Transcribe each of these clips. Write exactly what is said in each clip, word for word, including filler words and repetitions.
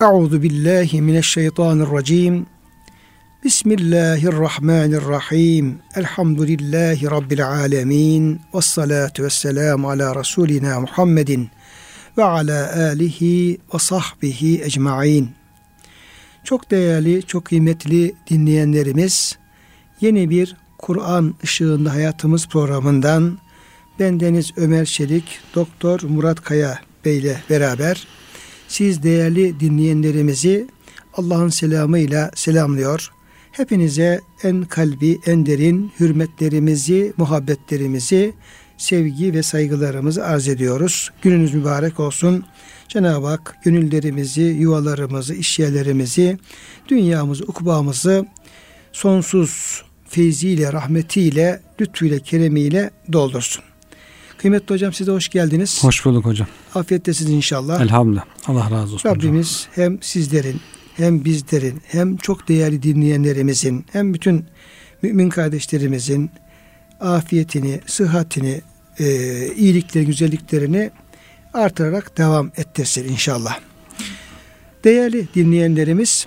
Euzu billahi mineşşeytanirracim. Bismillahirrahmanirrahim. Elhamdülillahi rabbil alamin. Ves salatu vesselam ala rasulina Muhammedin ve ala alihi ve sahbihi ecmaîn. Çok değerli, çok kıymetli dinleyenlerimiz, yeni bir Kur'an Işığında Hayatımız programından bendeniz Ömer Çelik, Doktor Murat Kaya Bey ile beraber siz değerli dinleyenlerimizi Allah'ın selamıyla selamlıyor. Hepinize en kalbi, en derin hürmetlerimizi, muhabbetlerimizi, sevgi ve saygılarımızı arz ediyoruz. Gününüz mübarek olsun. Cenab-ı Hak gönüllerimizi, yuvalarımızı, işyerlerimizi, dünyamızı, ukbamızı sonsuz feyziyle, rahmetiyle, lütfuyla, keremiyle doldursun. Kıymetli hocam, size hoş geldiniz. Hoş bulduk hocam. Afiyettesiniz inşallah. Elhamdülillah. Allah razı olsun Rabbimiz hocam. hem sizlerin, hem bizlerin, hem çok değerli dinleyenlerimizin, hem bütün mümin kardeşlerimizin afiyetini, sıhhatini, e, iyilikleri, güzelliklerini artırarak devam ettirsin inşallah. Değerli dinleyenlerimiz,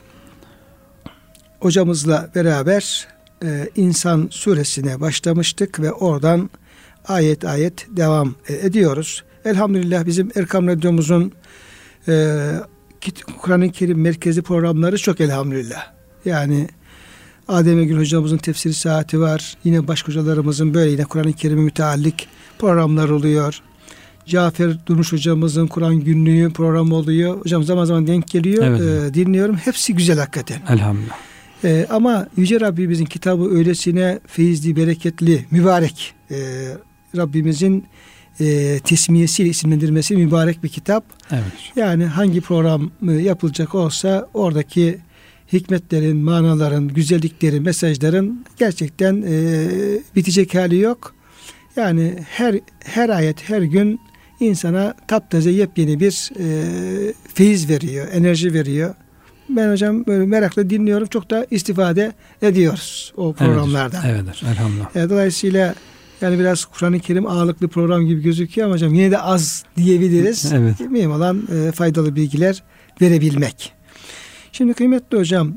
hocamızla beraber e, İnsan suresine başlamıştık ve oradan ayet ayet devam ediyoruz. Elhamdülillah bizim Erkam Radyomuzun e, Kur'an-ı Kerim merkezi programları çok elhamdülillah. Yani Adem Gül hocamızın tefsir saati var. Yine başka hocalarımızın böyle yine Kur'an-ı Kerim'e müteallik programlar oluyor. Cafer Durmuş hocamızın Kur'an günlüğü programı oluyor. Hocam zaman zaman denk geliyor. Evet. E, dinliyorum. Hepsi güzel hakikaten. Elhamdülillah. E, ama Yüce Rabbimizin kitabı öylesine feyizli, bereketli, mübarek. E, Rabbimizin e, tesmiyesiyle isimlendirmesi mübarek bir kitap. Evet. Yani hangi program yapılacak olsa oradaki hikmetlerin, manaların, güzelliklerin, mesajların gerçekten e, bitecek hali yok. Yani her her ayet, her gün insana taptaze yepyeni bir e, feyiz veriyor, enerji veriyor. Ben hocam böyle merakla dinliyorum. Çok da istifade ediyoruz o programlardan. Evet, evet, elhamdülillah. E, dolayısıyla yani biraz Kur'an-ı Kerim ağırlıklı program gibi gözüküyor ama hocam yine de az diyebiliriz. Evet. Mühim olan e, faydalı bilgiler verebilmek. Şimdi kıymetli hocam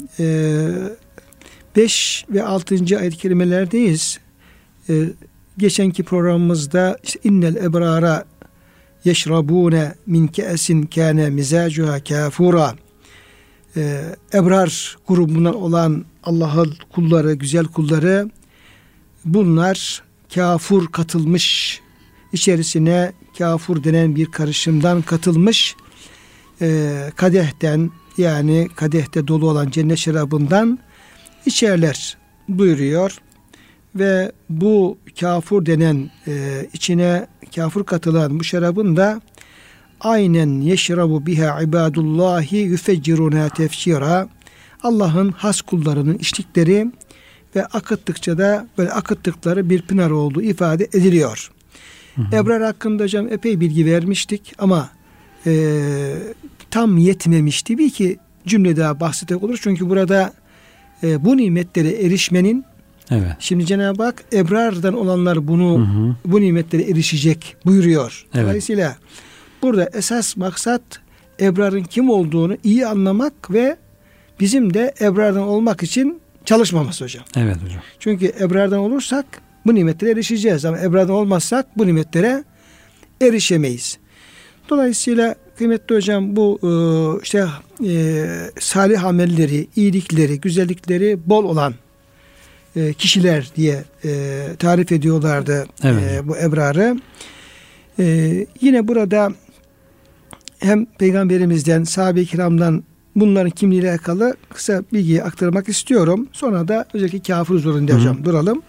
beş ve altıncı ayet-i kerimelerdeyiz. E, geçenki programımızda işte, innel ebrara yeşrabune min ke'esin kâne mizacuha kâfura. E, ebrar grubundan olan Allah'ın kulları, güzel kulları, bunlar kafur katılmış, içerisine kafur denen bir karışımdan katılmış e, kadehten, yani kadehte dolu olan cennet şarabından içerler buyuruyor. Ve bu kafur denen e, içine kafur katılan bu şarabın da aynen yeşrabu biha ibadullahi yufecciruna tefsira, Allah'ın has kullarının içtikleri ve akıttıkça da böyle akıttıkları bir pınar olduğu ifade ediliyor. Hı hı. Ebrar hakkında hocam epey bilgi vermiştik ama e, tam yetmemişti. Bir iki cümle daha bahsedecek olur. Çünkü burada e, bu nimetlere erişmenin, evet, şimdi Cenab-ı Hak ebrardan olanlar bunu, hı hı, bu nimetlere erişecek buyuruyor. Evet. Dolayısıyla burada esas maksat ebrarın kim olduğunu iyi anlamak ve bizim de ebrardan olmak için çalışmamız hocam. Evet hocam. Çünkü ebrardan olursak bu nimetlere erişeceğiz ama ebrardan olmazsak bu nimetlere erişemeyiz. Dolayısıyla kıymetli hocam bu işte e, salih amelleri, iyilikleri, güzellikleri bol olan e, kişiler diye e, tarif ediyorlardı, evet, e, bu ebrarı. E, yine burada hem Peygamberimizden, sahabe-i kiramdan bunların kimliğiyle alakalı kısa bilgiyi aktarmak istiyorum. Sonra da özellikle kafir huzurunda hocam duralım.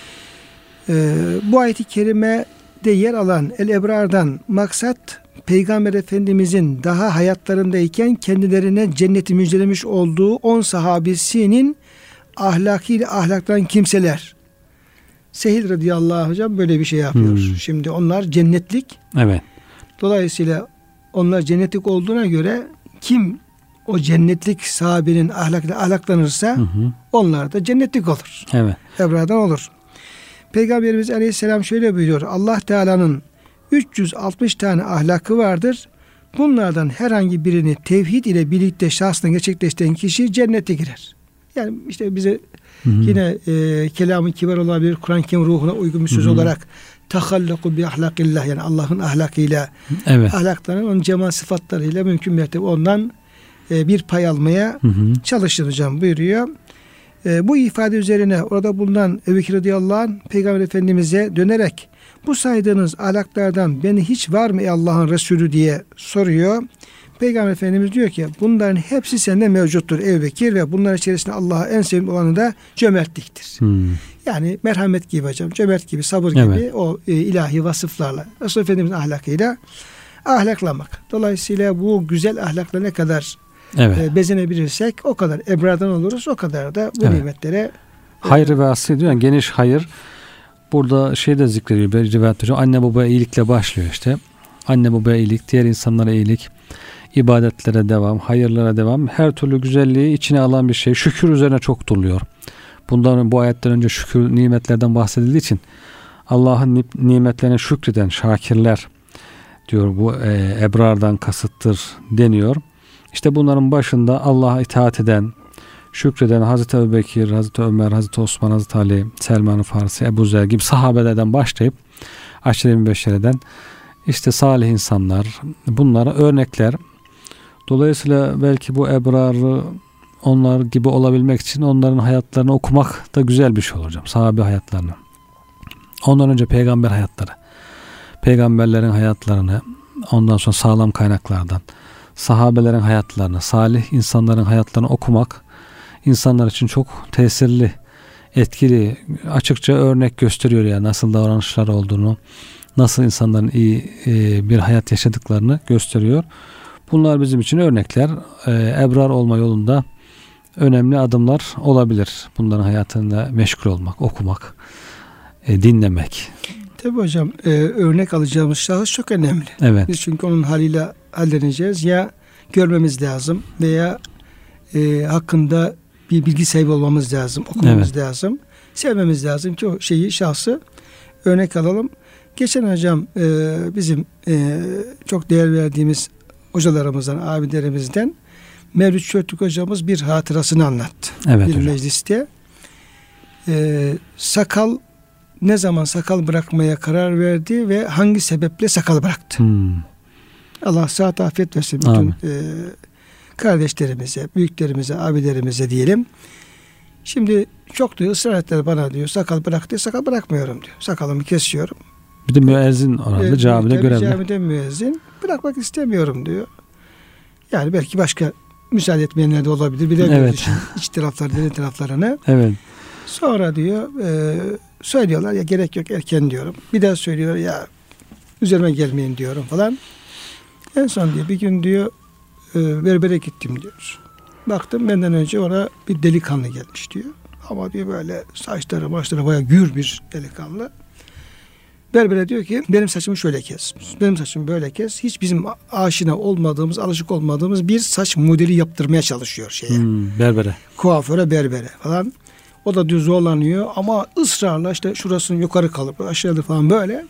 Ee, bu ayet-i kerimede yer alan el-ebrardan maksat Peygamber Efendimizin daha hayatlarındayken kendilerine cenneti müjdelemiş olduğu on sahabesinin ahlakıyla ahlaklanan kimseler. Sehil radıyallahu anh hocam böyle bir şey yapıyor. Hmm. Şimdi onlar cennetlik. Evet. Dolayısıyla onlar cennetlik olduğuna göre kim o cennetlik sahabenin ahlakla ahlaklanırsa hı hı, onlar da cennetlik olur. Evet. Ebrardan olur. Peygamberimiz Aleyhisselam şöyle buyuruyor. Allah Teala'nın üç yüz altmış tane ahlakı vardır. bunlardan herhangi birini tevhid ile birlikte şahsına gerçekleştiren kişi cennete girer. Yani işte bize hı hı. yine e, kelamı kibar olabilir, Kur'an-ı Kerim ruhuna uygun bir söz hı hı. olarak tahallaku bi ahlakillah, yani Allah'ın ahlakıyla, evet. ahlaklarının onun cemal sıfatlarıyla mümkün mertebe ondan e, bir pay almaya hı hı. çalışır hocam buyuruyor. E, bu ifade üzerine orada bulunan Ebu Bekir radıyallahu anh Peygamber Efendimiz'e dönerek bu saydığınız ahlaklardan beni hiç var mı ey Allah'ın Resulü diye soruyor. Peygamber Efendimiz diyor ki bunların hepsi sende mevcuttur Ebu Bekir ve bunlar içerisinde Allah'a en sevimli olanı da cömertliktir. Hmm. Yani merhamet gibi hocam, cömert gibi, sabır evet. gibi o e, ilahi vasıflarla, Resulullah Efendimiz'in ahlakıyla ahlaklamak. Dolayısıyla bu güzel ahlakla ne kadar evet. e, bezenebilirsek o kadar ebrardan oluruz, o kadar da bu evet. nimetlere hayır ve asli diyor yani geniş hayır. Burada şey de zikrediyor bir rivayet hocam, anne babaya iyilikle başlıyor işte. Anne babaya iyilik, diğer insanlara iyilik, ibadetlere devam, hayırlara devam, her türlü güzelliği içine alan bir şey. Şükür üzerine çok duruluyor. Bundan bu ayetten önce şükür nimetlerden bahsedildiği için Allah'ın nimetlerine şükreden şakirler diyor, bu e, ebrardan kasıttır deniyor. İşte bunların başında Allah'a itaat eden, şükreden Hazreti Ebu Bekir, Hazreti Ömer, Hazreti Osman, Hazreti Ali, Selman-ı Farisi, Ebu Zer gibi sahabelerden başlayıp Aşire-i Mübeşşere'den işte salih insanlar, bunlara örnekler. Dolayısıyla belki bu ebrarı onlar gibi olabilmek için onların hayatlarını okumak da güzel bir şey olur hocam. Sahabe hayatlarını. Ondan önce peygamber hayatları. Peygamberlerin hayatlarını, ondan sonra sağlam kaynaklardan, sahabelerin hayatlarını, salih insanların hayatlarını okumak insanlar için çok tesirli, etkili, açıkça örnek gösteriyor yani nasıl davranışlar olduğunu, nasıl insanların iyi e, bir hayat yaşadıklarını gösteriyor. Bunlar bizim için örnekler. E, ebrar olma yolunda önemli adımlar olabilir. Bunların hayatında meşgul olmak, okumak, e, dinlemek. Tabii hocam, e, örnek alacağımız şahıs çok önemli. Evet. Biz çünkü onun haliyle halledeceğiz. Ya görmemiz lazım veya e, hakkında bir bilgi sahibi olmamız lazım, okumamız evet. lazım. Sevmemiz lazım ki o şeyi, şahsı örnek alalım. Geçen hocam e, bizim e, çok değer verdiğimiz hocalarımızdan, abilerimizden Mevlüt Çöktürk hocamız bir hatırasını anlattı. Evet, bir hocam. mecliste. E, sakal ne zaman sakal bırakmaya karar verdi ve hangi sebeple sakal bıraktı? Hmm. Allah sıhhat afiyet versin bütün e, kardeşlerimize, büyüklerimize, abilerimize diyelim. Şimdi çok diyor, ısrar ettiler bana diyor, sakal bırak diyor, sakal bırakmıyorum diyor. Sakalımı kesiyorum. Bir de müezzin orada, camide görevli. Camide müezzin. Bırakmak istemiyorum diyor. Yani belki başka müsaade etmeyenler de olabilir. Bilemiyoruz evet. için iç tarafları, derin taraflarını. Evet. Sonra diyor, e, söylüyorlar ya gerek yok erken diyorum. Bir daha söylüyor ya üzerime gelmeyin diyorum falan. En son diyor bir gün diyor e, berbere gittim diyor. Baktım benden önce ona bir delikanlı gelmiş diyor. Ama diyor böyle saçları başları bayağı gür bir delikanlı. Berbere diyor ki benim saçımı şöyle kes. Benim saçımı böyle kes. Hiç bizim aşina olmadığımız, alışık olmadığımız bir saç modeli yaptırmaya çalışıyor şeye. Hmm, berbere. Kuaföre, berbere falan. O da diyor zorlanıyor ama ısrarla işte şurasını yukarı kalıp aşağıda falan böyle.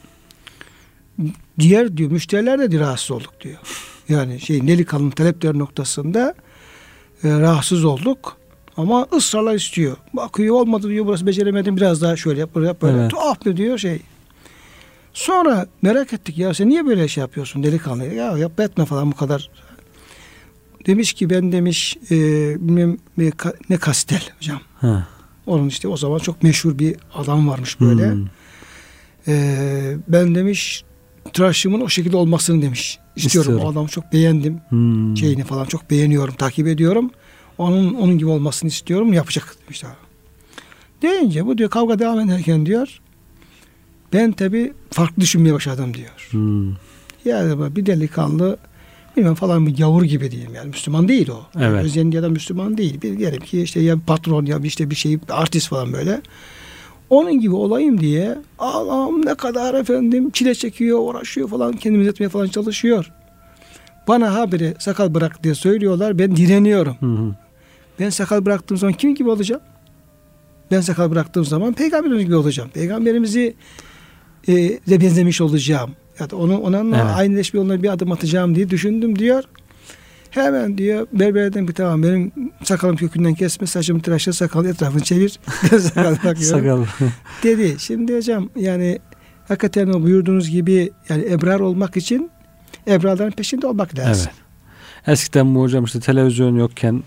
Diğer diyor müşteriler de diyor, rahatsız olduk diyor. Yani şey delikanlı talepler noktasında e, rahatsız olduk. Ama ısrarla istiyor. Bakıyor olmadı diyor, burası beceremedim, biraz daha şöyle yap, böyle yap, böyle. Evet. Tuhaf mı diyor şey. Sonra merak ettik ya sen niye böyle şey yapıyorsun delikanlı? Ya yap etme falan bu kadar. Demiş ki ben demiş e, bilmem ne Kastel hocam. Ha. Onun işte o zaman çok meşhur bir adam varmış böyle. Hmm. E, ben demiş tıraşımın o şekilde olmasını demiş. İstiyorum. İstiyorum. O adamı çok beğendim. Hmm. Şeyini falan çok beğeniyorum, takip ediyorum. Onun onun gibi olmasını istiyorum. Yapacak demiş. Deyince bu diyor kavga devam ederken diyor ben tabii farklı düşünmeye başladım diyor. Hmm. Yani bir delikanlı bilmem falan bir gavur gibi diyeyim yani Müslüman değil o. Evet. Özellikle ya da Müslüman değil. Bir diyelim ki işte ya patron ya işte bir şey artist falan böyle. Onun gibi olayım diye Allah'ım ne kadar efendim çile çekiyor, uğraşıyor falan, kendimiz etmeye falan çalışıyor. Bana haberi sakal bırak diye söylüyorlar. Ben direniyorum. Hı hı. Ben sakal bıraktığım zaman kim gibi olacağım? Ben sakal bıraktığım zaman peygamberimiz gibi olacağım. Peygamberimizi e, de benzemiş olacağım. Ya da onu onunla Evet. aynıleşme yoluna bir adım atacağım diye düşündüm diyor. Hemen diyor berberden bir tamam benim sakalım kökünden kesme, saçımı tıraşla, sakalı etrafını çevir. Sakal bakıyorum. Sakal. Dedi. Şimdi hocam yani hakikaten o buyurduğunuz gibi yani ebrar olmak için ebrarların peşinde olmak lazım. Evet. Eskiden bu hocam işte televizyon yokken,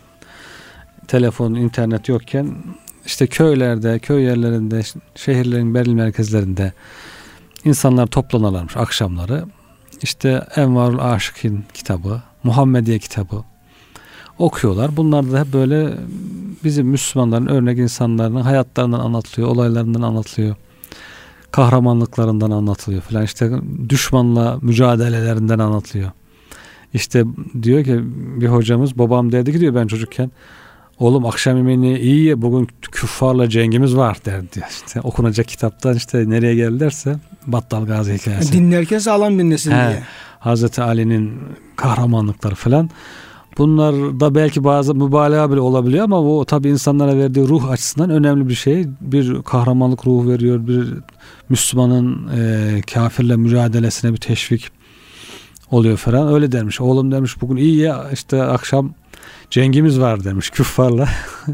telefon, internet yokken işte köylerde, köy yerlerinde, şehirlerin belli merkezlerinde insanlar toplanırlarmış akşamları. İşte Envarul Aşık'ın kitabı, Muhammediye kitabı okuyorlar. Bunlar da hep böyle bizim Müslümanların örnek insanların hayatlarından anlatılıyor, olaylarından anlatılıyor. Kahramanlıklarından anlatılıyor falan. İşte düşmanla mücadelelerinden anlatılıyor. İşte diyor ki bir hocamız, babam derdi ki diyor ben çocukken, oğlum akşam yemeğini iyi ye, bugün küffarla cengimiz var derdi. İşte okunacak kitaptan işte nereye geldilerse Battal Gazi hikayesi. Yani dinlerken sağlam dinlesin He, diye. Hazreti Ali'nin kahramanlıkları falan. Bunlar da belki bazı mübalağa bile olabiliyor ama bu tabii insanlara verdiği ruh açısından önemli bir şey. Bir kahramanlık ruhu veriyor. Bir Müslümanın e, kafirle mücadelesine bir teşvik oluyor falan. Öyle dermiş. Oğlum demiş bugün iyi ya işte akşam cengimiz var demiş küffarla.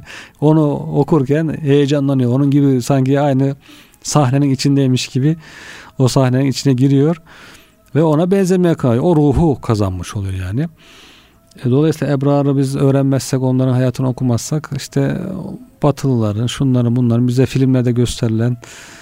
Onu okurken heyecanlanıyor. Onun gibi sanki aynı sahnenin içindeymiş gibi o sahnenin içine giriyor ve ona benzemeye kalıyor. O ruhu kazanmış oluyor yani. E, dolayısıyla ebrarı biz öğrenmezsek, onların hayatını okumazsak işte Batılıların, şunların bunların bize filmlerde gösterilen,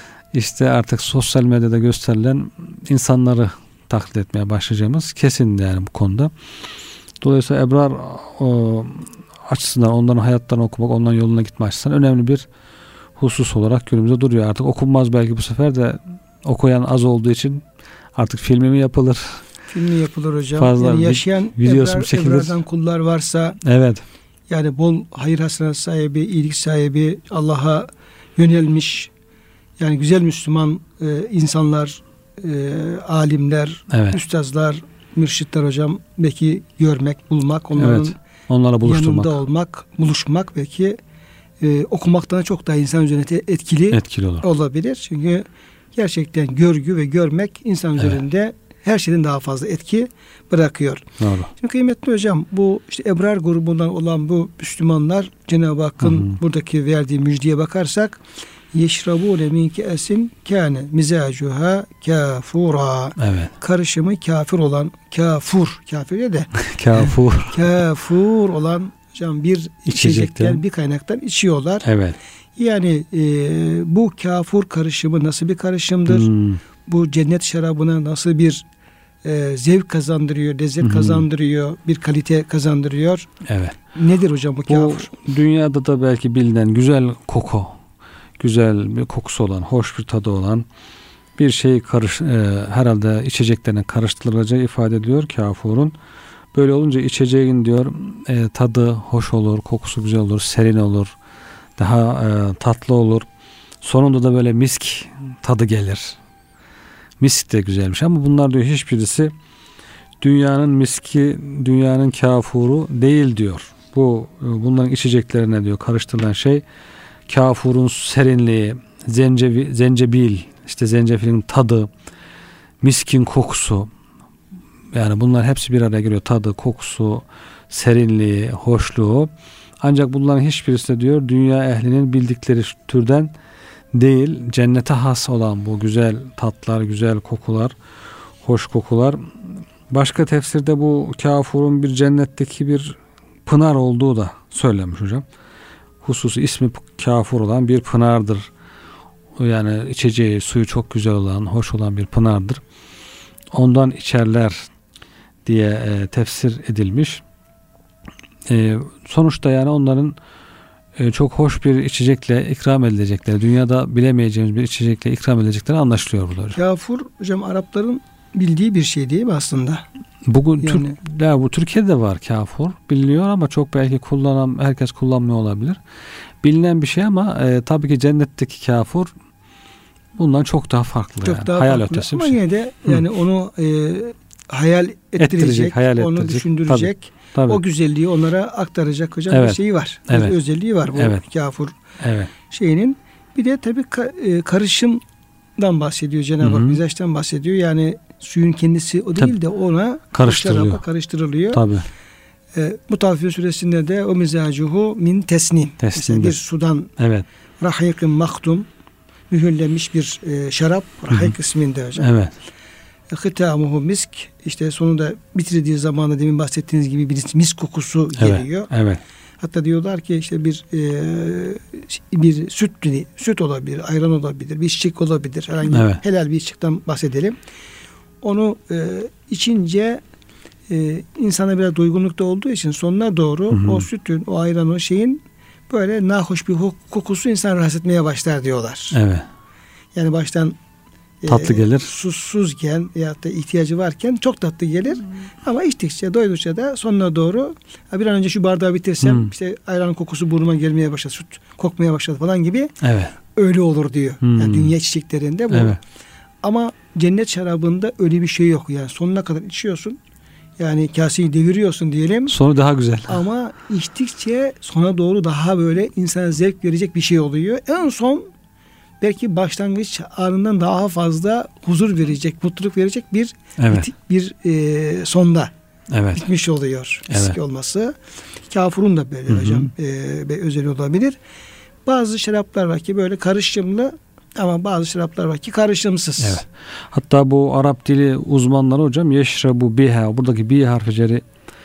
işte artık sosyal medyada gösterilen insanları taklit etmeye başlayacağımız kesin yani bu konuda. Dolayısıyla ebrar o, açısından onların hayatlarını okumak, onların yoluna gitme açısından önemli bir husus olarak günümüzde duruyor. Artık okunmaz belki bu sefer de, okuyan az olduğu için artık filmi mi yapılır? Filmi yapılır hocam. Fazla yani yaşayan videosu ebrar, çekilir. ebrardan kullar varsa Evet. yani bol hayır hasenat sahibi, iyilik sahibi, Allah'a yönelmiş yani güzel Müslüman e, insanlar, e, alimler, Evet. üstazlar, mürşitler hocam belki görmek, bulmak, onların Evet. Onlarla buluşturmak. yanında olmak, buluşmak belki e, okumaktan çok daha insan üzerine etkili, etkili olur. olabilir. Çünkü gerçekten görgü ve görmek insan Evet. üzerinde her şeyden daha fazla etki bırakıyor. Doğru. Şimdi kıymetli hocam bu işte ebrar grubundan olan bu Müslümanlar Cenab-ı Hakk'ın Hı hı. buradaki verdiği müjdeye bakarsak yeşrabûne min ke'esin kâne mizacuha kâfura. Evet. Karışımı kafir olan, kafur, kafir ya de Kafur. kafur olan hocam bir İçecekten. içecekten, bir kaynaktan içiyorlar. Evet. Yani e, bu kafur karışımı nasıl bir karışımdır? Hmm. Bu cennet şarabına nasıl bir e, zevk kazandırıyor, lezzet Hı hı. kazandırıyor, bir kalite kazandırıyor? Evet. Nedir hocam bu Bu kafur? dünyada da belki bilinen güzel koku, güzel bir kokusu olan, hoş bir tadı olan bir şey karış, e, herhalde içeceklerine karıştırılacağı ifade ediyor kafurun. Böyle olunca içeceğin diyor e, tadı hoş olur, kokusu güzel olur, serin olur, daha e, tatlı olur. Sonunda da böyle misk tadı gelir. Misk de güzelmiş ama bunlar diyor hiçbirisi dünyanın miski, dünyanın kafuru değil diyor. Bu bunların içeceklerine diyor karıştırılan şey kafurun serinliği, zencebil, zencebil, işte zencefilin tadı, miskin kokusu. Yani bunlar hepsi bir araya geliyor. Tadı, kokusu, serinliği, hoşluğu. Ancak bunların hiçbirisi de diyor dünya ehlinin bildikleri türden değil. Cennete has olan bu güzel tatlar, güzel kokular, hoş kokular. Başka tefsirde bu kafurun bir cennetteki bir pınar olduğu da söylenmiş hocam. Hususi ismi kafur olan bir pınardır. Yani içeceği, suyu çok güzel olan, hoş olan bir pınardır. Ondan içerler diye e, tefsir edilmiş. E, sonuçta yani onların e, çok hoş bir içecekle ikram edilecekleri, dünyada bilemeyeceğimiz bir içecekle ikram edilecekleri anlaşılıyor burada hocam. Kafur hocam Arapların bildiği bir şey değil mi aslında? Bugün Yani, Türk, ya bu Türkiye'de var kafur, biliniyor ama çok belki kullanan herkes kullanmıyor olabilir. Bilinen bir şey ama e, tabii ki cennetteki kafur bundan çok daha farklı. çok yani. daha Hayal farklı. ötesi bir Ama şey. yine de yani onu e, hayal ettirecek, Ettirecek, hayal onu ettirecek. düşündürecek, Tabii. o güzelliği onlara aktaracak hocam Evet. bir şeyi var. Evet. Bir özelliği var bu Evet. kafur Evet. şeyinin. Bir de tabii ka- e, karışımdan bahsediyor Cenab-ı Hak. Hı hı. Mizaçtan bahsediyor. Yani suyun kendisi o değil de ona karıştırılıyor. karıştırılıyor. Tabii. E, Mutaffifin suresinde de o mizacuhu min tesnim. Mesela bir sudan evet. rahikın maktum mühürlenmiş bir e, şarap rahik isminde hocam. Evet. Hitamuhu misk, işte sonunda bitirdiği zamanda demin bahsettiğiniz gibi bir misk kokusu geliyor. Evet. Evet. Hatta diyorlar ki işte bir e, bir süt süt olabilir, ayran olabilir, bir içecek olabilir. Herhangi evet. helal bir içecekten bahsedelim. Onu e, içince e, insana biraz doygunlukta olduğu için sonuna doğru hı hı. o sütün, o ayran, o şeyin böyle nahoş bir kokusu insan rahatsız etmeye başlar diyorlar. Evet. Yani baştan tatlı gelir. E, susuzken ya da ihtiyacı varken çok tatlı gelir. Hmm. Ama içtikçe, doydukça da sonuna doğru bir an önce şu bardağı bitirsem hmm. işte ayranın kokusu burnuma gelmeye başladı, süt kokmaya başladı falan gibi. Evet. Öyle olur diyor. Hmm. Yani dünya içeceklerinde bu. Evet. Ama cennet şarabında öyle bir şey yok. Yani sonuna kadar içiyorsun. Yani kaseyi deviriyorsun diyelim. Sonu daha güzel. Ama içtikçe sona doğru daha böyle insana zevk verecek bir şey oluyor. En son belki başlangıç anından daha fazla huzur verecek, mutluluk verecek bir evet. bir, bir e, sonda evet. bitmiş oluyor. Eski evet. olması. Kafurun da böyle Hı-hı. hocam e, bir özelliği olabilir. Bazı şaraplar var ki böyle karışımlı ama bazı şaraplar var ki karışımsız. Evet. Hatta bu Arap dili uzmanları hocam yeşrabu biha, buradaki bi harfi ceri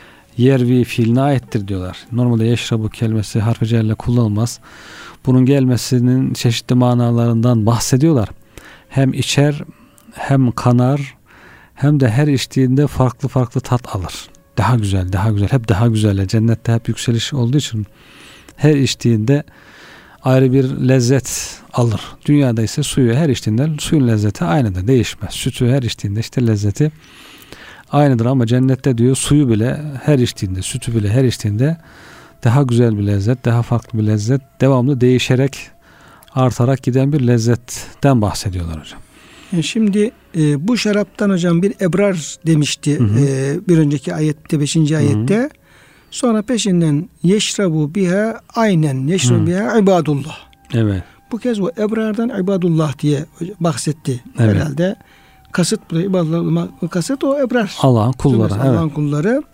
yervi fiiline aittir diyorlar. Normalde yeşrabu kelimesi harfi cerle kullanılmaz. Bunun gelmesinin çeşitli manalarından bahsediyorlar. Hem içer, hem kanar, hem de her içtiğinde farklı farklı tat alır. Daha güzel, daha güzel, hep daha güzel. Cennette hep yükseliş olduğu için her içtiğinde ayrı bir lezzet alır. Dünyada ise suyu her içtiğinde suyun lezzeti aynıdır, değişmez. Sütü her içtiğinde işte lezzeti aynıdır ama cennette diyor suyu bile her içtiğinde, sütü bile her içtiğinde daha güzel bir lezzet, daha farklı bir lezzet, devamlı değişerek, artarak giden bir lezzetten bahsediyorlar hocam. Şimdi e, bu şaraptan hocam bir ebrar demişti hı hı. E, bir önceki ayette, beşinci ayette. Hı hı. Sonra peşinden yeşrabu biha aynen yeşrabu biha ibadullah. Evet. Bu kez o ebrardan ibadullah diye bahsetti evet. herhalde. Kasıt ibadullah, kasıt o ebrar. Allah'ın kulları. Allah'ın evet. kulları.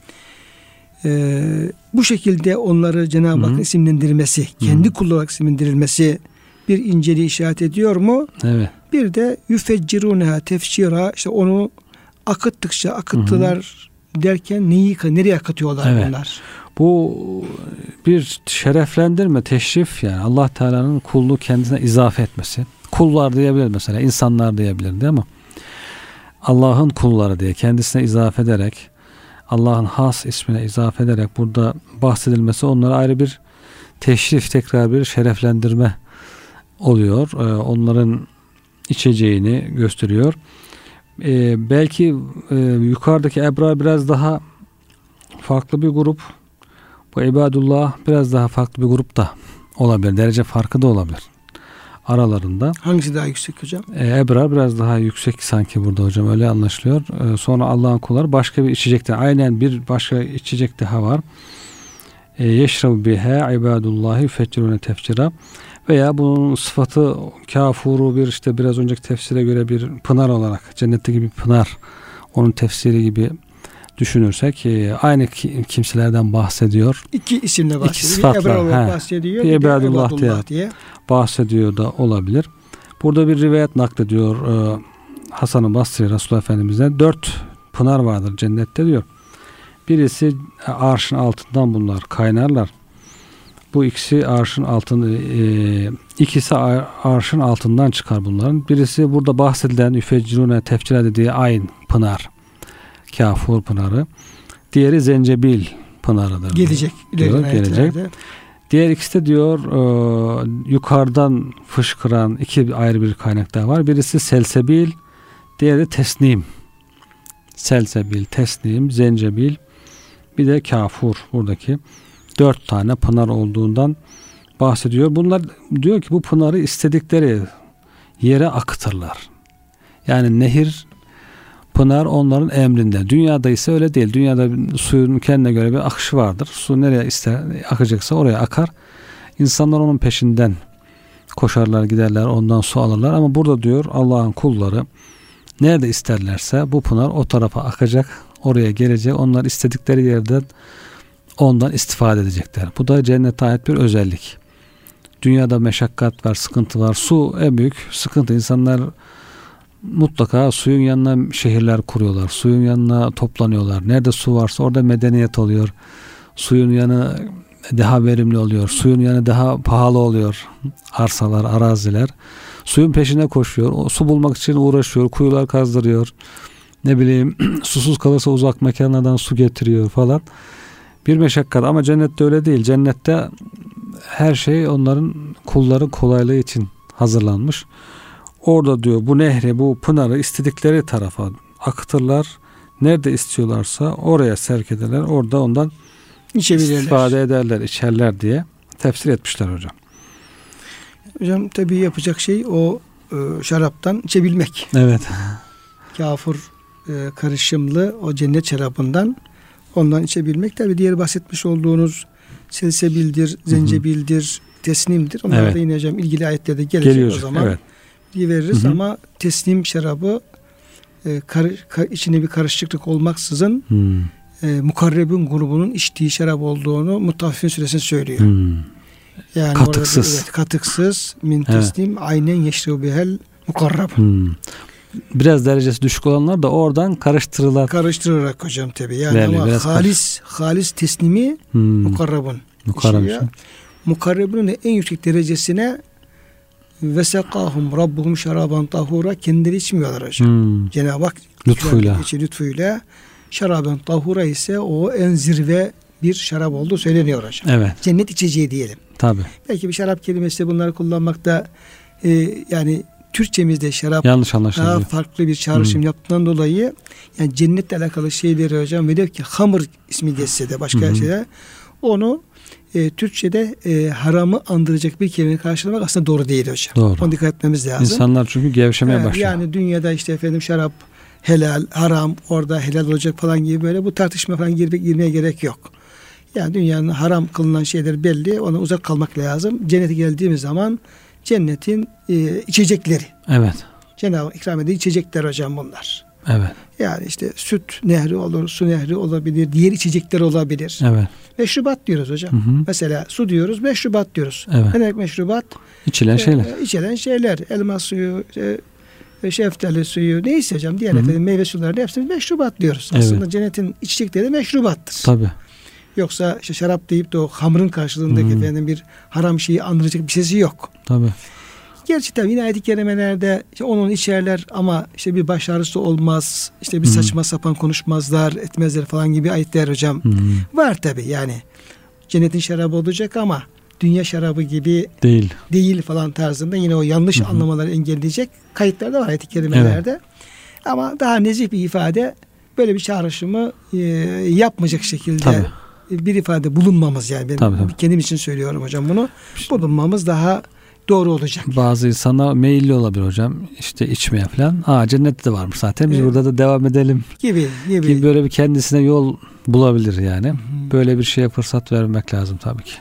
Ee, bu şekilde onları Cenab-ı Hakk'ın isimlendirmesi, kendi kulu olarak isimlendirilmesi bir inceliği işaret ediyor mu? Evet. Bir de yüfeccirûneha tefşira, işte onu akıttıkça akıttılar Hı-hı. derken neyi nereye akıtıyorlar evet. bunlar? Bu bir şereflendirme, teşrif, yani Allah Teala'nın kulluğu kendisine izafe etmesi. Kullar diyebilir mesela, insanlar diyebilirdi ama Allah'ın kulları diye kendisine izafe ederek, Allah'ın has ismine izafe ederek burada bahsedilmesi onlara ayrı bir teşrif, tekrar bir şereflendirme oluyor. Ee, onların içeceğini gösteriyor. Ee, belki e, yukarıdaki ebrar biraz daha farklı bir grup. Bu ibadullah biraz daha farklı bir grup da olabilir. Derece farkı da olabilir aralarında. Hangisi daha yüksek hocam? Ee, ebrar biraz daha yüksek sanki burada hocam, öyle anlaşılıyor. Ee, sonra Allah'ın kulları başka bir içecekte, aynen bir başka içecek daha var. Yeşrabu biha ibadullahi fecrune tefcira, veya bunun sıfatı kafuru bir, işte biraz önceki tefsire göre bir pınar olarak, cennetteki bir pınar, onun tefsiri gibi düşünürsek aynı kimselerden bahsediyor. İki isimle bahsediyor. İki sıfatla bir bahsediyor. Bir ibadullah diye, diye bahsediyor da olabilir. Burada bir rivayet naklediyor e, Hasan-ı Basri Resulullah Efendimiz'den. Dört pınar vardır cennette diyor. Birisi arşın altından bunlar kaynarlar. Bu ikisi arşın altında, e, ikisi arşın altından çıkar bunların. Birisi burada bahsedilen üfeccirune tefcira dediği ayn pınar, kafur pınarı. Diğeri zencebil pınarıdır. Gelecek. Diyor, gelecek. Diğer ikisi de diyor e, yukarıdan fışkıran iki ayrı bir kaynak daha var. Birisi selsebil, diğeri tesnim. Selsebil, tesnim, zencebil, bir de kafur, buradaki dört tane pınar olduğundan bahsediyor. Bunlar diyor ki bu pınarı istedikleri yere akıtırlar. Yani nehir, pınar onların emrinde. Dünyada ise öyle değil. Dünyada suyun kendine göre bir akışı vardır. Su nereye ister akacaksa oraya akar. İnsanlar onun peşinden koşarlar, giderler, ondan su alırlar. Ama burada diyor Allah'ın kulları nerede isterlerse bu pınar o tarafa akacak, oraya gelecek. Onlar istedikleri yerden ondan istifade edecekler. Bu da cennete ait bir özellik. Dünyada meşakkat var, sıkıntı var. Su en büyük sıkıntı. İnsanlar mutlaka suyun yanına şehirler kuruyorlar. Suyun yanına toplanıyorlar. Nerede su varsa orada medeniyet oluyor. Suyun yanı daha verimli oluyor. Suyun yanı daha pahalı oluyor. Arsalar, araziler. Suyun peşine koşuyor. O, su bulmak için uğraşıyor. Kuyular kazdırıyor. Ne bileyim susuz kalırsa uzak mekanlardan su getiriyor falan. Bir meşakkat ama cennette öyle değil. Cennette her şey onların kulları kolaylığı için hazırlanmış. Orada diyor bu nehri, bu pınarı istedikleri tarafa akıtırlar. Nerede istiyorlarsa oraya sevk ederler. Orada ondan istifade ederler, içerler diye tefsir etmişler hocam. Hocam tabii yapacak şey o e, şaraptan içebilmek. Evet. Kafur e, karışımlı o cennet şarabından ondan içebilmek. Tabii diğer bahsetmiş olduğunuz selsebildir, zencebildir, tesnimdir. Onlar evet. da yine hocam ilgili ayetlerde gelecek Geliyor, o zaman. Evet. diye veririz hı hı. ama tesnim şarabı e, kar, kar, içine bir karışıklık olmaksızın hmm. e, mukarrebin grubunun içtiği şarap olduğunu Mutaffifin suresinde söylüyor. Hmm. Yani katıksız. Evet, katıksız min teslim evet. aynen yeşrebu bihel mukarrab. Hmm. Biraz derecesi düşük olanlar da oradan karıştırırlar. Karıştırarak hocam tabi. Yani Belli, ama halis karış... halis teslimi hmm. mukarrabın. Mukarrabın. Mukarrabın en yüksek derecesine ve sekahum rabbuhum şaraban tahura, kendileri içmiyorlar hocam. Hmm. Cenab-ı Hak lütfuyla. lütfuyla şaraban tahura ise o en zirve bir şarap olduğu söyleniyor hocam. Evet. Cennet içeceği diyelim. Tabii. Belki bir şarap kelimesi bunları kullanmakta e, yani Türkçemizde şarap yanlış anlaşılıyor. Daha farklı bir çağrışım hmm. yaptığından dolayı yani cennetle alakalı şeyleri hocam velev ki hamur ismi geçse de başka hmm. şeyler onu e, Türkçe'de e, haramı andıracak bir kelime karşılamak aslında doğru değil hocam. Doğru. Ona dikkat etmemiz lazım. İnsanlar çünkü gevşemeye yani, başlıyor. Yani dünyada işte efendim şarap helal, haram, orada helal olacak falan gibi böyle bu tartışma falan girmek, girmeye gerek yok. Yani dünyanın haram kılınan şeyler belli. Ona uzak kalmak lazım. Cennete geldiğimiz zaman cennetin e, içecekleri. Evet. Cenab-ı Hak ikram edici içecekler hocam bunlar. Evet. Yani işte süt nehri olur, su nehri olabilir, diğer içecekler olabilir. Evet. Meşrubat diyoruz hocam. Hı hı. Mesela su diyoruz, meşrubat diyoruz. Evet. Ne demek meşrubat? İçilen e, şeyler. İçilen şeyler. Elma suyu, e, şeftali suyu, neyse hocam diğer efendim meyve sularının hepsini meşrubat diyoruz. Evet. Aslında cennetin içecekleri meşrubattır. Tabii. Yoksa işte şarap deyip de o hamurun karşılığındaki hmm. efendim bir haram şeyi andıracak bir sesi yok. Tabii. Gerçi tabii yine ayet-i kerimelerde işte onun içerler ama işte bir baş ağrısı olmaz. İşte bir hmm. saçma sapan konuşmazlar, etmezler falan gibi ayetler hocam. Hmm. Var tabii yani. Cennetin şarabı olacak ama dünya şarabı gibi değil. Değil falan tarzında yine o yanlış hmm. anlamaları engelleyecek kayıtlar da var ayet-i kerimelerde. Evet. Ama daha nezih bir ifade böyle bir çağrışımı e, yapmayacak şekilde tabii. bir ifade bulunmamız yani ben tabii, tabii. kendim için söylüyorum hocam bunu. Bulunmamız daha doğru olacak. Bazı insanlar meyilli olabilir hocam. İşte içmeye falan. Aa cennette de varmış zaten. Biz evet. burada da devam edelim. Gibi, gibi. gibi böyle bir kendisine yol bulabilir yani. Hı-hı. Böyle bir şeye fırsat vermek lazım tabii ki.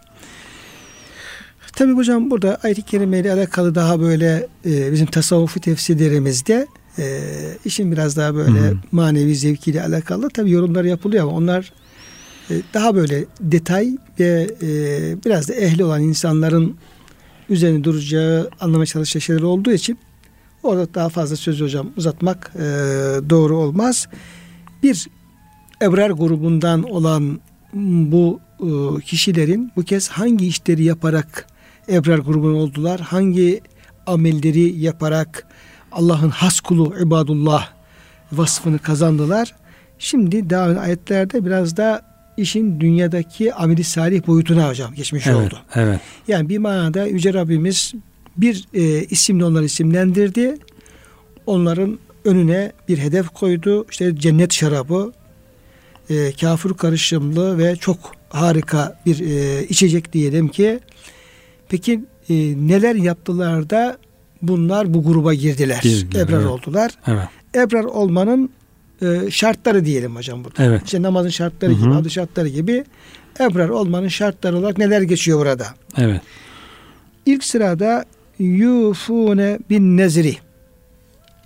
Tabii hocam burada ayet-i kerimeyle alakalı daha böyle e, bizim tasavvufi tefsirlerimizde e, işin biraz daha böyle Hı-hı. manevi zevkiyle alakalı tabii yorumlar yapılıyor ama onlar e, daha böyle detay ve e, biraz da ehli olan insanların üzerine duracağı, anlamaya çalışacağı şeyler olduğu için orada daha fazla söz hocam uzatmak e, doğru olmaz. Bir ebrar grubundan olan bu e, kişilerin bu kez hangi işleri yaparak ebrar grubundan oldular, hangi amelleri yaparak Allah'ın has kulu ibadullah vasfını kazandılar. Şimdi daha ayetlerde biraz da işin dünyadaki ameli salih boyutuna hocam geçmiş evet, oldu. Evet. Yani bir manada Yüce Rabbimiz bir e, isimle onları isimlendirdi. Onların önüne bir hedef koydu. İşte cennet şarabı, e, kafir karışımlı ve çok harika bir e, içecek diyelim ki. Peki e, neler yaptılar da bunlar bu gruba girdiler. Girdi, ebrar evet. oldular. Evet. Ebrar olmanın e, şartları diyelim hocam burada. Evet. İşte namazın şartları Hı-hı. gibi, adı şartları gibi ebrar olmanın şartları olarak neler geçiyor burada? Evet. İlk sırada yufune bin nezri.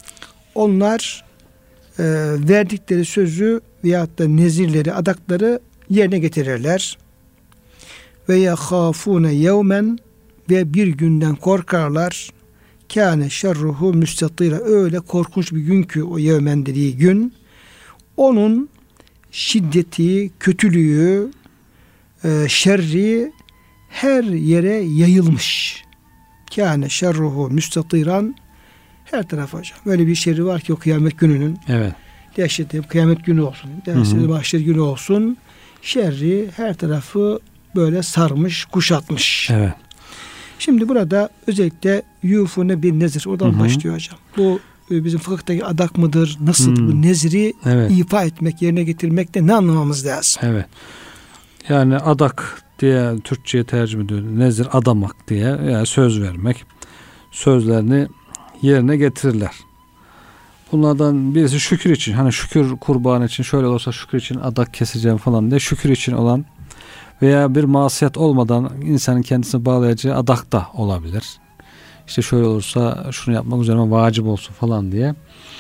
onlar e, verdikleri sözü veyahut da nezirleri, adakları yerine getirirler. Ve yahafune yevmen, ve bir günden korkarlar. Kâne şerruhu müstatîra, öyle korkunç bir gün ki o yevmen dediği gün, onun şiddeti, kötülüğü, e, şerri her yere yayılmış. Kâne şerruhu müstatiran, her tarafa hocam. Böyle bir şerri var ki o kıyamet gününün. Evet. Dehşetli kıyamet günü olsun. Dehşetli mahşer günü olsun. Şerri her tarafı böyle sarmış, kuşatmış. Evet. Şimdi burada özellikle yufune bir nezir. Oradan Hı-hı. başlıyor hocam. Bu bizim fıkıhtaki adak mıdır? Nasıl Hı. bu nezri Evet. ifa etmek, yerine getirmekte ne anlamamız lazım? Evet. Yani adak diye Türkçe'ye tercüme ediyor. Nezir, adamak diye, yani söz vermek. Sözlerini yerine getirirler. Bunlardan birisi şükür için. Hani şükür kurbanı için, şöyle olursa şükür için adak keseceğim falan diye, şükür için olan veya bir masiyet olmadan insanın kendisini bağlayacağı adak da olabilir. İşte şöyle olursa şunu yapmak üzerine vacip olsun falan diye.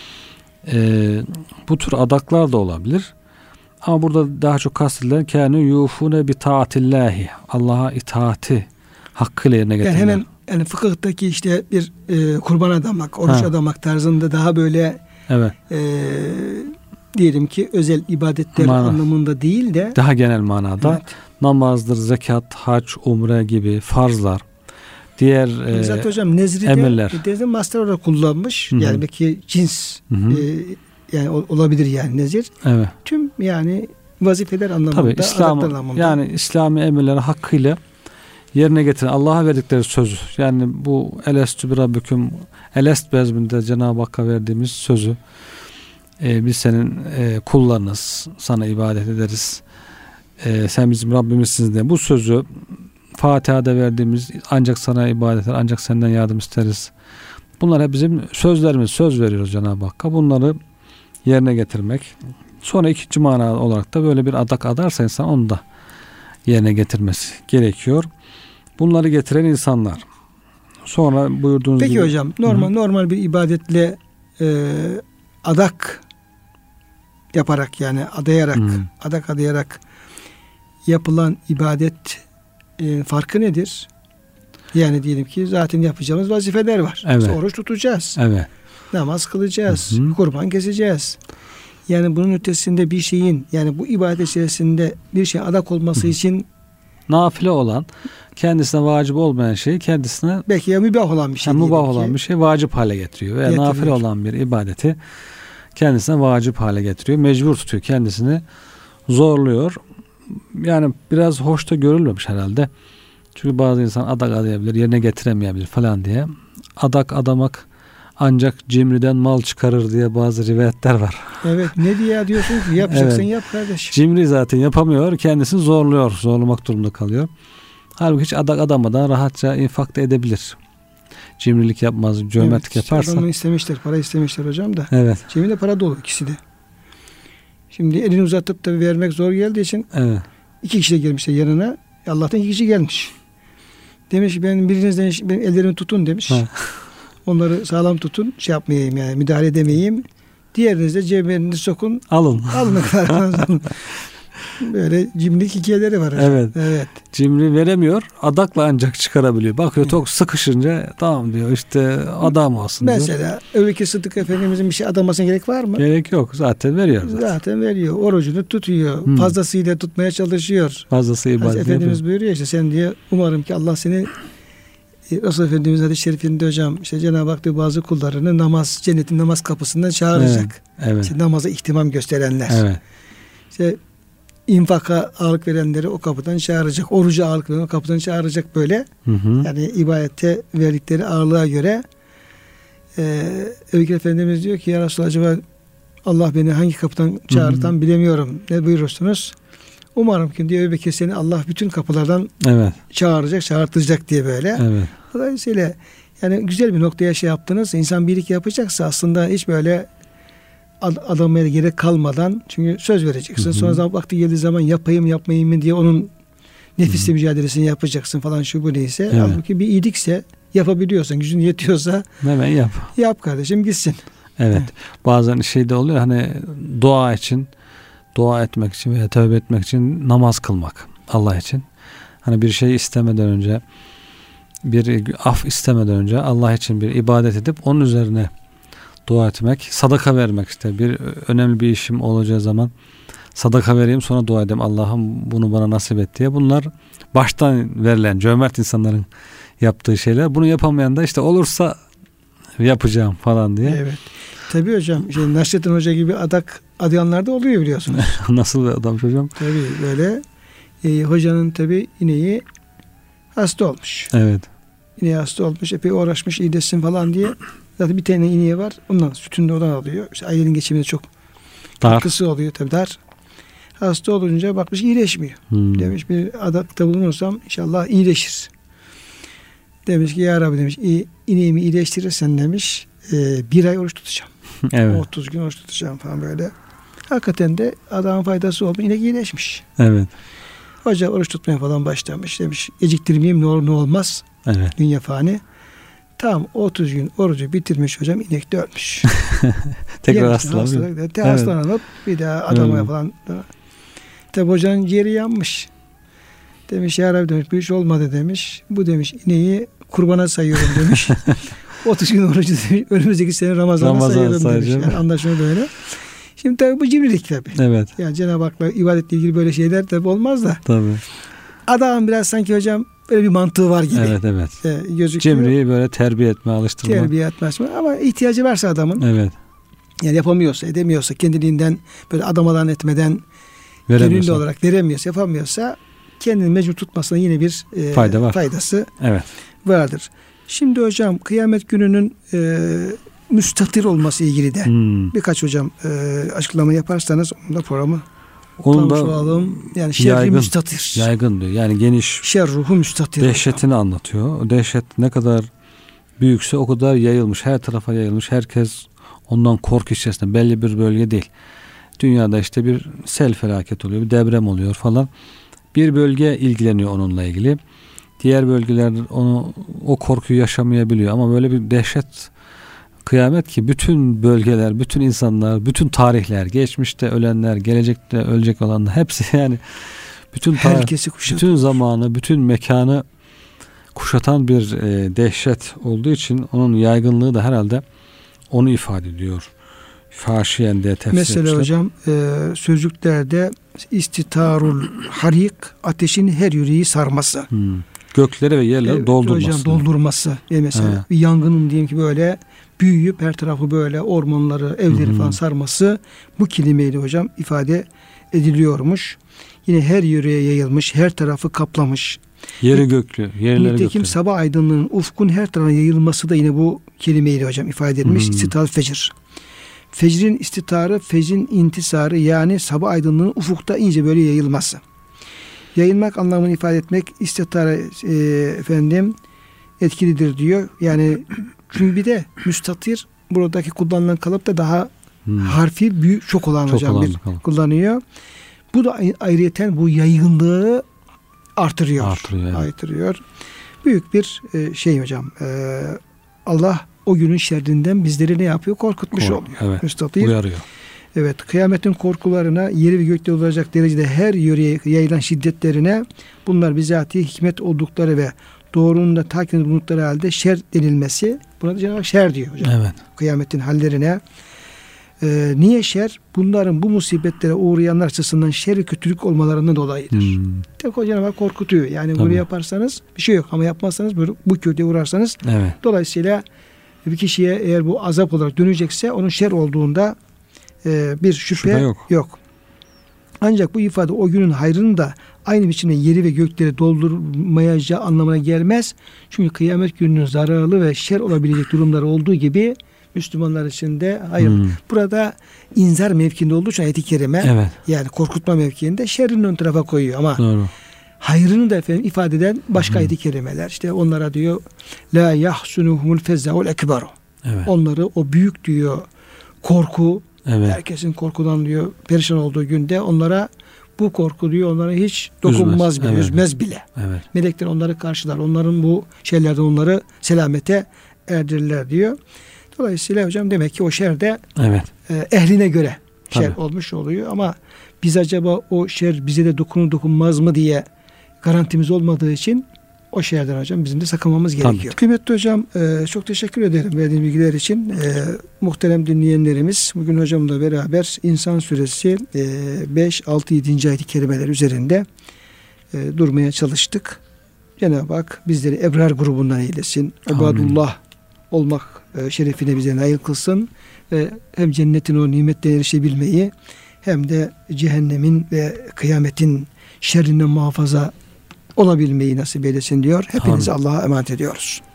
Ee, bu tür adaklar da olabilir. Ama burada daha çok kastedilen kâne yufune bi taatillahi, Allah'a itaati hakkıyla yerine getirirler. Yani hemen yani fıkıhtaki işte bir e, kurban adamak, oruç ha. adamak tarzında daha böyle evet. e, diyelim ki özel ibadetler Mana. anlamında değil de daha genel manada evet. namazdır, zekat, hac, umre gibi farzlar, diğer e, zaten hocam nezri emirler. de master olarak kullanmış. Hı-hı. Yani belki cins Hı-hı. e, yani olabilir yani nezir. Evet. Tüm yani vazifeler anlamında, tabii İslam anlamında. yani İslami emirleri hakkıyla yerine getiren, Allah'a verdikleri sözü, yani bu elestü bir rabbüküm, elest bezminde Cenab-ı Hakk'a verdiğimiz sözü, e, biz senin e, kullarınız, sana ibadet ederiz, e, sen bizim Rabbimizsin diye bu sözü Fatiha'da verdiğimiz, ancak sana ibadet eder, ancak senden yardım isteriz. Bunlar hep bizim sözlerimiz, söz veriyoruz Cenab-ı Hakk'a. Bunları yerine getirmek. Sonra ikinci mana olarak da böyle bir adak adarsa insan onu da yerine getirmesi gerekiyor. Bunları getiren insanlar. Sonra buyurduğunuz Peki gibi. Peki hocam normal Hı-hı. normal bir ibadetle e, adak yaparak, yani adayarak, Hı-hı. adak adayarak yapılan ibadet e, farkı nedir? Yani diyelim ki zaten yapacağımız vazifeler var. Evet. Mesela oruç tutacağız. Evet. Namaz kılacağız. Hı-hı. Kurban keseceğiz. Yani bunun ötesinde bir şeyin, yani bu ibadet içerisinde bir şey adak olması Hı-hı. için nafile olan, kendisine vacip olmayan şeyi kendisine belki ya mübah olan bir şey. Yani mübah olan bir şey vacip hale getiriyor. Veya getiriyor. Nafile olan bir ibadeti kendisine vacip hale getiriyor. Mecbur tutuyor. Kendisini zorluyor. Yani biraz hoş da görülmemiş herhalde. Çünkü bazı insan adak adayabilir, yerine getiremeyebilir falan diye. Adak adamak ancak cimriden mal çıkarır diye bazı rivayetler var. Evet, ne diye diyorsun ki yapacaksan evet. yap kardeşim. Cimri zaten yapamıyor, kendisini zorluyor, zorlamak durumunda kalıyor. Halbuki hiç adak adamadan rahatça infak da edebilir. Cimrilik yapmaz, cömertlik evet, yaparsa. Adamı istemişler, para istemişler hocam da. Evet. Cebinde para dolu ikisi de. Şimdi elini uzatıp da vermek zor geldiği için evet. iki kişi de gelmişler yanına. Allah'tan iki kişi gelmiş. Demiş ben birinizden ben ellerimi tutun demiş. Ha. Onları sağlam tutun, şey yapmayayım yani müdahale edemeyeyim. Diğeriniz de cebine sokun. Alın. Alın. Böyle cimrilik hikayeleri var. Evet. Evet. Cimri veremiyor, adakla ancak çıkarabiliyor. Bakıyor evet. Çok sıkışınca tamam diyor işte adam olsun diyor. Mesela Öbeki Sıddık Efendimizin bir şey adamasına gerek var mı? Gerek yok. Zaten veriyor. Zaten, zaten veriyor. Orucunu tutuyor. Hmm. Fazlasıyla tutmaya çalışıyor. Fazlası ibadet yapıyor. Efendimiz buyuruyor işte sen diye umarım ki Allah seni Resul Efendimiz hadis-i şerifinde hocam işte Cenab-ı Hak diyor bazı kullarını namaz, cennetin namaz kapısından çağıracak. Evet. evet. İşte namaza ihtimam gösterenler. Evet. İşte infaka ağırlık verenleri o kapıdan çağıracak. Oruca ağırlık verenleri o kapıdan çağıracak böyle. Hı hı. Yani ibadete verdikleri ağırlığa göre e, Öykü Efendimiz diyor ki ya Resulallah acaba Allah beni hangi kapıdan çağırır tam bilemiyorum. Ne buyurursunuz? Umarım ki diyor Öykü seni Allah bütün kapılardan evet. çağıracak, çağırtacak diye böyle. Evet. Dolayısıyla yani güzel bir noktaya şey yaptınız. İnsan birlik yapacaksa aslında hiç böyle adamaya gerek kalmadan, çünkü söz vereceksin. Hı hı. Sonra zaman, vakti geldiği zaman yapayım yapmayayım mı diye onun nefisle mücadelesini yapacaksın falan şu bu neyse. Evet. Halbuki bir iyilikse yapabiliyorsan, gücün yetiyorsa hemen yap. Yap kardeşim gitsin. Evet. Evet. Bazen şey de oluyor hani dua için, dua etmek için veya tövbe etmek için namaz kılmak Allah için. Hani bir şey istemeden önce, bir af istemeden önce Allah için bir ibadet edip onun üzerine dua etmek, sadaka vermek işte. Bir önemli bir işim olacağı zaman sadaka vereyim sonra dua edeyim. Allah'ım bunu bana nasip et diye. Bunlar baştan verilen cömert insanların yaptığı şeyler. Bunu yapamayan da işte olursa yapacağım falan diye. Evet. Tabii hocam. Şey, Nasrettin Hoca gibi adak adayanlar da oluyor biliyorsunuz. Nasıl bir adam hocam? Tabii böyle e, hocanın tabii ineği hasta olmuş. Evet. İneği hasta olmuş. Epey uğraşmış iyileşsin falan diye. Zaten bir tane ineği var. Ondan sütünü de oradan alıyor. İşte ailenin geçiminde çok Dar. katkısı oluyor tabii dar. Hasta olunca bakmış iyileşmiyor. Hmm. Demiş bir adakta bulunursam inşallah iyileşir. Demiş ki ya Rabbi demiş ineğimi iyileştirirsen demiş e, bir ay oruç tutacağım. Evet. otuz gün oruç tutacağım falan böyle. Hakikaten de adamın faydası olmuş. İnek iyileşmiş. Evet. Hoca oruç tutmaya falan başlamış. Demiş geciktirmeyeyim ne olur ne olmaz. Evet. Dünya fani. Tam otuz gün orucu bitirmiş hocam, inek de ölmüş. Tekrar hastalanıyor. Evet. Hastalanıp bir daha adamaya hmm. falan. Tabi hocanın ciğeri yanmış. Demiş ya Rabbi demiş bu iş olmadı demiş. Bu demiş ineği kurbana sayıyorum demiş. otuz gün orucu demiş. Önümüzdeki sene Ramazan'a Ramazan sayıyorum sayacağım. Demiş. Yani anlaşılan böyle. Şimdi tabi bu cimrilik tabi. Evet. Yani Cenab-ı Hak'la ibadetle ilgili böyle şeyler tabi olmaz da. Tabi. Adam biraz sanki hocam böyle bir mantığı var gibi. Evet evet. Ee, gözüküyor. Cimriyi böyle terbiye etme, alıştırma. Terbiye etme ama ihtiyacı varsa adamın. Evet. Yani yapamıyorsa, edemiyorsa, kendiliğinden böyle adamadan etmeden gönüllü olarak veremiyorsa, yapamıyorsa kendini mecbur tutmasına yine bir e, Fayda var. faydası evet. vardır. Şimdi hocam kıyamet gününün e, müstatir olması ilgili de hmm. birkaç hocam e, açıklama yaparsanız onun da programı Onun da alalım. Yani şerri yaygın, müstatir. Yaygın diyor. Yani geniş. Şerruhu müstatir. Dehşetini hocam. anlatıyor. O dehşet ne kadar büyükse o kadar yayılmış. Her tarafa yayılmış. Herkes ondan korku içerisinde. Belli bir bölge değil. Dünyada işte bir sel felaket oluyor. Bir deprem oluyor falan. Bir bölge ilgileniyor onunla ilgili. Diğer bölgeler onu o korkuyu yaşamayabiliyor. Ama böyle bir dehşet kıyamet ki bütün bölgeler, bütün insanlar, bütün tarihler, geçmişte ölenler, gelecekte ölecek olanlar hepsi yani bütün tarih, bütün zamanı, bütün mekanı kuşatan bir e, dehşet olduğu için onun yaygınlığı da herhalde onu ifade ediyor. Faşiyen diye tefsir Mesela etmişler. hocam e, sözlüklerde istitarul harik, ateşin her yüreği sarması. Hmm. Gökleri ve yerleri e, doldurması. Hocam doldurması. E mesela evet. bir yangının diyelim ki böyle büyüyüp her tarafı böyle ormanları, evleri hmm. falan sarması bu kelimeyle hocam ifade ediliyormuş. Yine her yüreğe yayılmış, her tarafı kaplamış. Yeri göklü, yerleri Nitekim göklü. sabah aydınlığının ufkun her tarafına yayılması da yine bu kelimeyle hocam ifade edilmiş. Hmm. İstitar fecr. Fecrin istitarı, fecrin intisarı yani sabah aydınlığının ufukta ince böyle yayılması. Yayılmak anlamını ifade etmek istitarı e, efendim etkilidir diyor. Yani çünkü bir de müstatir buradaki kullanılan kalıp da daha hmm. harfi büyük çok olan çok hocam olan bir kalıp. kullanıyor. Bu da ayrıyeten bu yaygınlığı artırıyor. Artırıyor. Evet. artırıyor. Büyük bir e, şey hocam. E, Allah o günün şerrinden bizleri ne yapıyor? Korkutmuş Kork, oluyor. Evet. Müstatir. Uyarıyor. Evet. Kıyametin korkularına, yeri ve gökte olacak derecede her yöreye yayılan şiddetlerine bunlar bizatihi hikmet oldukları ve doğrunun da takip bulundukları halde şer denilmesi. Buna da Cenab-ı Hak şer diyor hocam. Evet. Kıyametin hallerine. Ee, niye şer? Bunların bu musibetlere uğrayanlar açısından şer kötülük olmalarından dolayıdır. Hmm. Tek Cenab-ı Hak korkutuyor. Yani Tabii. bunu yaparsanız bir şey yok ama yapmazsanız bu, bu kötüye uğrarsanız evet. dolayısıyla bir kişiye eğer bu azap olarak dönecekse onun şer olduğunda e, bir şüphe, şüphe yok. yok. Ancak bu ifade o günün hayrını da aynı biçimde yeri ve gökleri doldurmayacağı anlamına gelmez. Çünkü kıyamet gününün zararlı ve şer olabilecek durumlar olduğu gibi Müslümanlar için de hayır. Hmm. Burada inzar mevkinde olduğu için ayet-i kerime evet. yani korkutma mevkiinde şerrin ön tarafa koyuyor ama Doğru. hayrını da efendim ifade eden başka hmm. ayet-i kerimeler. İşte onlara diyor la yahsunuhumul fezza'ul ekberu. Evet. Onları o büyük diyor korku evet. herkesin korkudan diyor perişan olduğu günde onlara bu korku diyor onlara hiç dokunmaz üzmez. bile, evet. üzmez bile. Evet. Melekler onları karşılar. Onların bu şeylerden onları selamete erdirirler diyor. Dolayısıyla hocam demek ki o şer de evet. e, ehline göre şer Tabii. olmuş oluyor ama biz acaba o şer bize de dokunur dokunmaz mı diye garantimiz olmadığı için o şerden hocam bizim de sakınmamız gerekiyor. Tabii. Kıymetli hocam e, çok teşekkür ederim verdiğiniz bilgiler için. E, muhterem dinleyenlerimiz bugün hocamla beraber İnsan Suresi e, beş, altı, yedinci ayet-i kerimeler üzerinde e, durmaya çalıştık. Cenab-ı Hak bizleri ebrar grubundan eylesin. İbadullah olmak e, şerefine bize nail kılsın. E, hem cennetin o nimetlerine erişebilmeyi hem de cehennemin ve kıyametin şerrinden muhafaza olabilmeyi nasip eylesin diyor. Hepinizi Allah'a emanet ediyoruz.